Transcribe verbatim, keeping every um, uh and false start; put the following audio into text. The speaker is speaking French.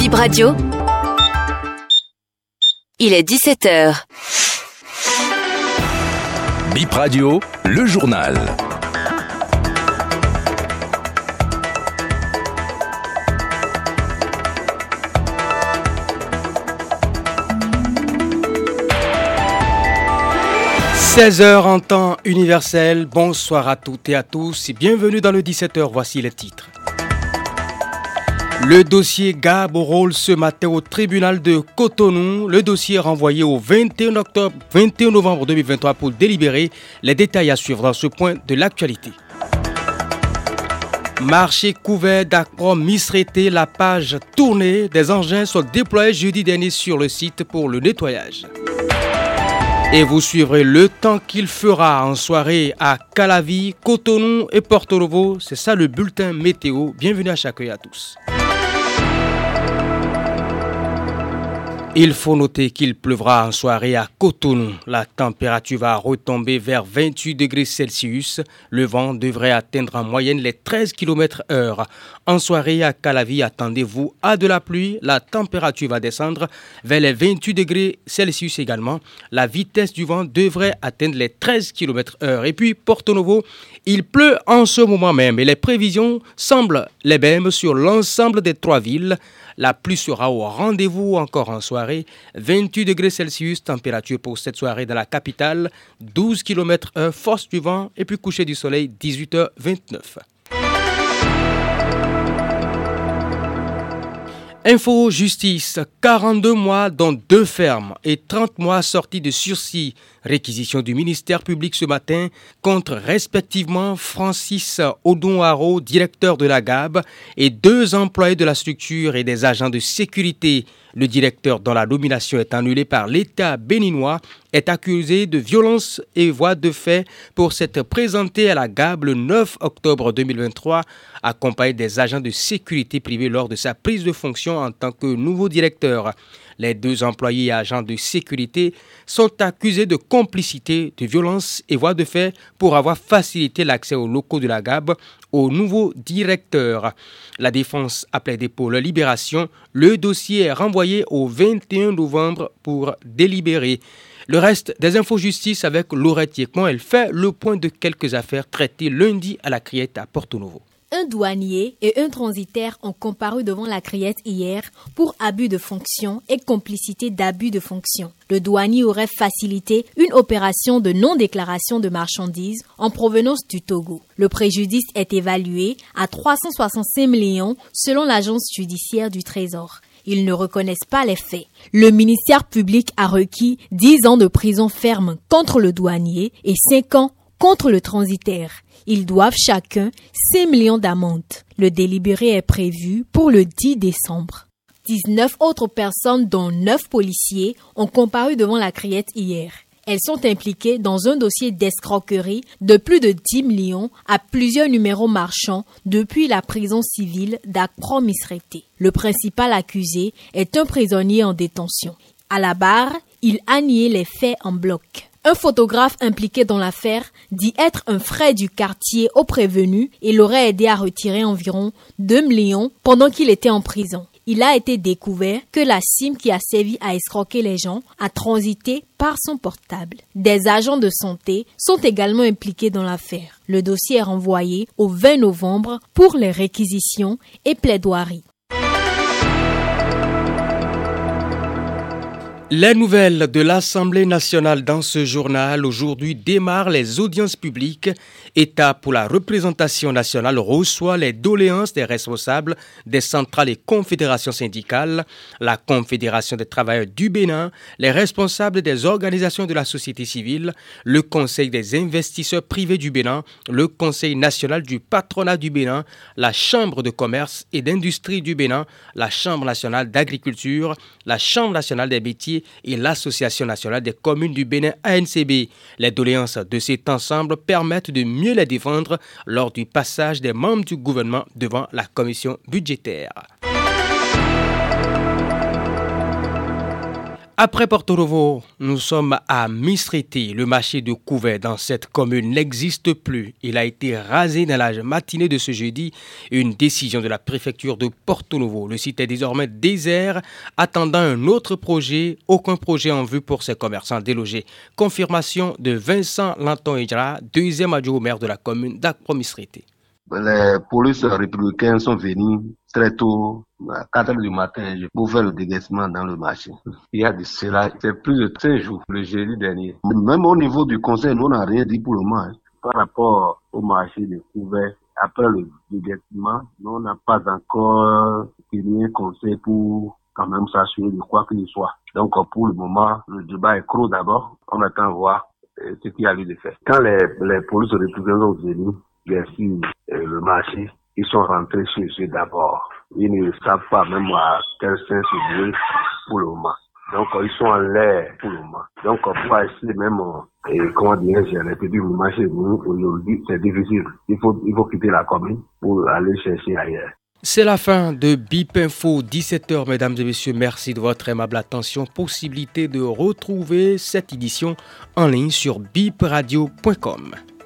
Bip Radio. Il est dix-sept heures. Bip Radio, le journal. seize heures en temps universel. Bonsoir à toutes et à tous et bienvenue dans le dix-sept heures. Voici les titres. Le dossier Gab au rôle ce matin au tribunal de Cotonou. Le dossier est renvoyé au vingt et un octobre, vingt et un novembre deux mille vingt-trois pour délibérer. Les détails à suivre dans ce point de l'actualité. Marché couvert d'accrom misraité, la page tournée. Des engins sont déployés jeudi dernier sur le site pour le nettoyage. Et vous suivrez le temps qu'il fera en soirée à Calavi, Cotonou et Porto Novo. C'est ça le bulletin météo. Bienvenue à chacun et à tous. Il faut noter qu'il pleuvra en soirée à Cotonou. La température va retomber vers vingt-huit degrés Celsius. Le vent devrait atteindre en moyenne les treize kilomètres heure. En soirée à Calavi, attendez-vous à de la pluie. La température va descendre vers les vingt-huit degrés Celsius également. La vitesse du vent devrait atteindre les treize kilomètres heure. Et puis Porto Novo, il pleut en ce moment même et les prévisions semblent les mêmes sur l'ensemble des trois villes. La pluie sera au rendez-vous encore en soirée. vingt-huit degrés Celsius, température pour cette soirée dans la capitale. douze kilomètres heure, force du vent et puis coucher du soleil, dix-huit heures vingt-neuf. Info Justice, quarante-deux mois dont deux fermes et trente mois sortis de sursis. Réquisition du ministère public ce matin contre respectivement Francis Odonharo, directeur de la G A B, et deux employés de la structure et des agents de sécurité. Le directeur, dont la nomination est annulée par l'État béninois, est accusé de violence et voies de fait pour s'être présenté à la G A B le neuf octobre deux mille vingt-trois, accompagné des agents de sécurité privée lors de sa prise de fonction en tant que nouveau directeur. Les deux employés et agents de sécurité sont accusés de complicité, de violence et voies de fait pour avoir facilité l'accès aux locaux de la G A B au nouveau directeur. La défense a plaidé pour leur libération. Le dossier est renvoyé au vingt et un novembre pour délibérer. Le reste des infos justice avec Laurette Yekmon. Elle fait le point de quelques affaires traitées lundi à la Criette à Porto Novo. Un douanier et un transitaire ont comparu devant la Criette hier pour abus de fonction et complicité d'abus de fonction. Le douanier aurait facilité une opération de non-déclaration de marchandises en provenance du Togo. Le préjudice est évalué à trois cent soixante-cinq millions selon l'agence judiciaire du Trésor. Ils ne reconnaissent pas les faits. Le ministère public a requis dix ans de prison ferme contre le douanier et cinq ans contre le transitaire. Ils doivent chacun cinq millions d'amende. Le délibéré est prévu pour le dix décembre. dix-neuf autres personnes, dont neuf policiers, ont comparu devant la Criette hier. Elles sont impliquées dans un dossier d'escroquerie de plus de dix millions à plusieurs numéros marchands depuis la prison civile d'Akpro-Misrete. Le principal accusé est un prisonnier en détention. À la barre, il a nié les faits en bloc. Un photographe impliqué dans l'affaire dit être un frère du quartier au prévenu et l'aurait aidé à retirer environ deux millions pendant qu'il était en prison. Il a été découvert que la C I M qui a servi à escroquer les gens a transité par son portable. Des agents de santé sont également impliqués dans l'affaire. Le dossier est renvoyé au vingt novembre pour les réquisitions et plaidoiries. Les nouvelles de l'Assemblée nationale dans ce journal. Aujourd'hui démarrent les audiences publiques. Étape pour la représentation nationale reçoit les doléances des responsables des centrales et confédérations syndicales, la Confédération des travailleurs du Bénin, les responsables des organisations de la société civile, le Conseil des investisseurs privés du Bénin, le Conseil national du patronat du Bénin, la Chambre de commerce et d'industrie du Bénin, la Chambre nationale d'agriculture, la Chambre nationale des métiers et l'Association nationale des communes du Bénin A N C B. Les doléances de cet ensemble permettent de mieux les défendre lors du passage des membres du gouvernement devant la commission budgétaire. Après Porto Novo, nous sommes à Mistrité. Le marché de Couvet dans cette commune n'existe plus. Il a été rasé dans la matinée de ce jeudi. Une décision de la préfecture de Porto Novo. Le site est désormais désert, attendant un autre projet. Aucun projet en vue pour ces commerçants délogés. Confirmation de Vincent Lanton-Edra, deuxième adjoint au maire de la commune d'Akpo-Mistrité. Les polices républicains sont venus très tôt, à quatre heures du matin, pour faire le déguisement dans le marché. Il y a de cela, c'est plus de cinq jours, le jeudi dernier. Même au niveau du conseil, nous n'avons rien dit pour le moment. Hein. Par rapport au marché de Couvet, après le déguisement, nous on n'a pas encore tenu un conseil pour quand même s'assurer de quoi qu'il soit. Donc pour le moment, le débat est clos d'abord. On attend voir ce qu'il y a lieu de faire. Quand les, les polices républicains sont venus, bien sûr, le marché, ils sont rentrés chez eux d'abord. Ils ne savent pas même à quel sens se jouer pour le moment. Donc, ils sont en l'air pour le moment. Donc, pour essayer même, et, comment dirais-je, les petits mouvements chez nous, aujourd'hui, c'est difficile. Il faut, il faut quitter la commune pour aller chercher ailleurs. C'est la fin de B I P Info, dix-sept heures, mesdames et messieurs. Merci de votre aimable attention. Possibilité de retrouver cette édition en ligne sur bip radio point com.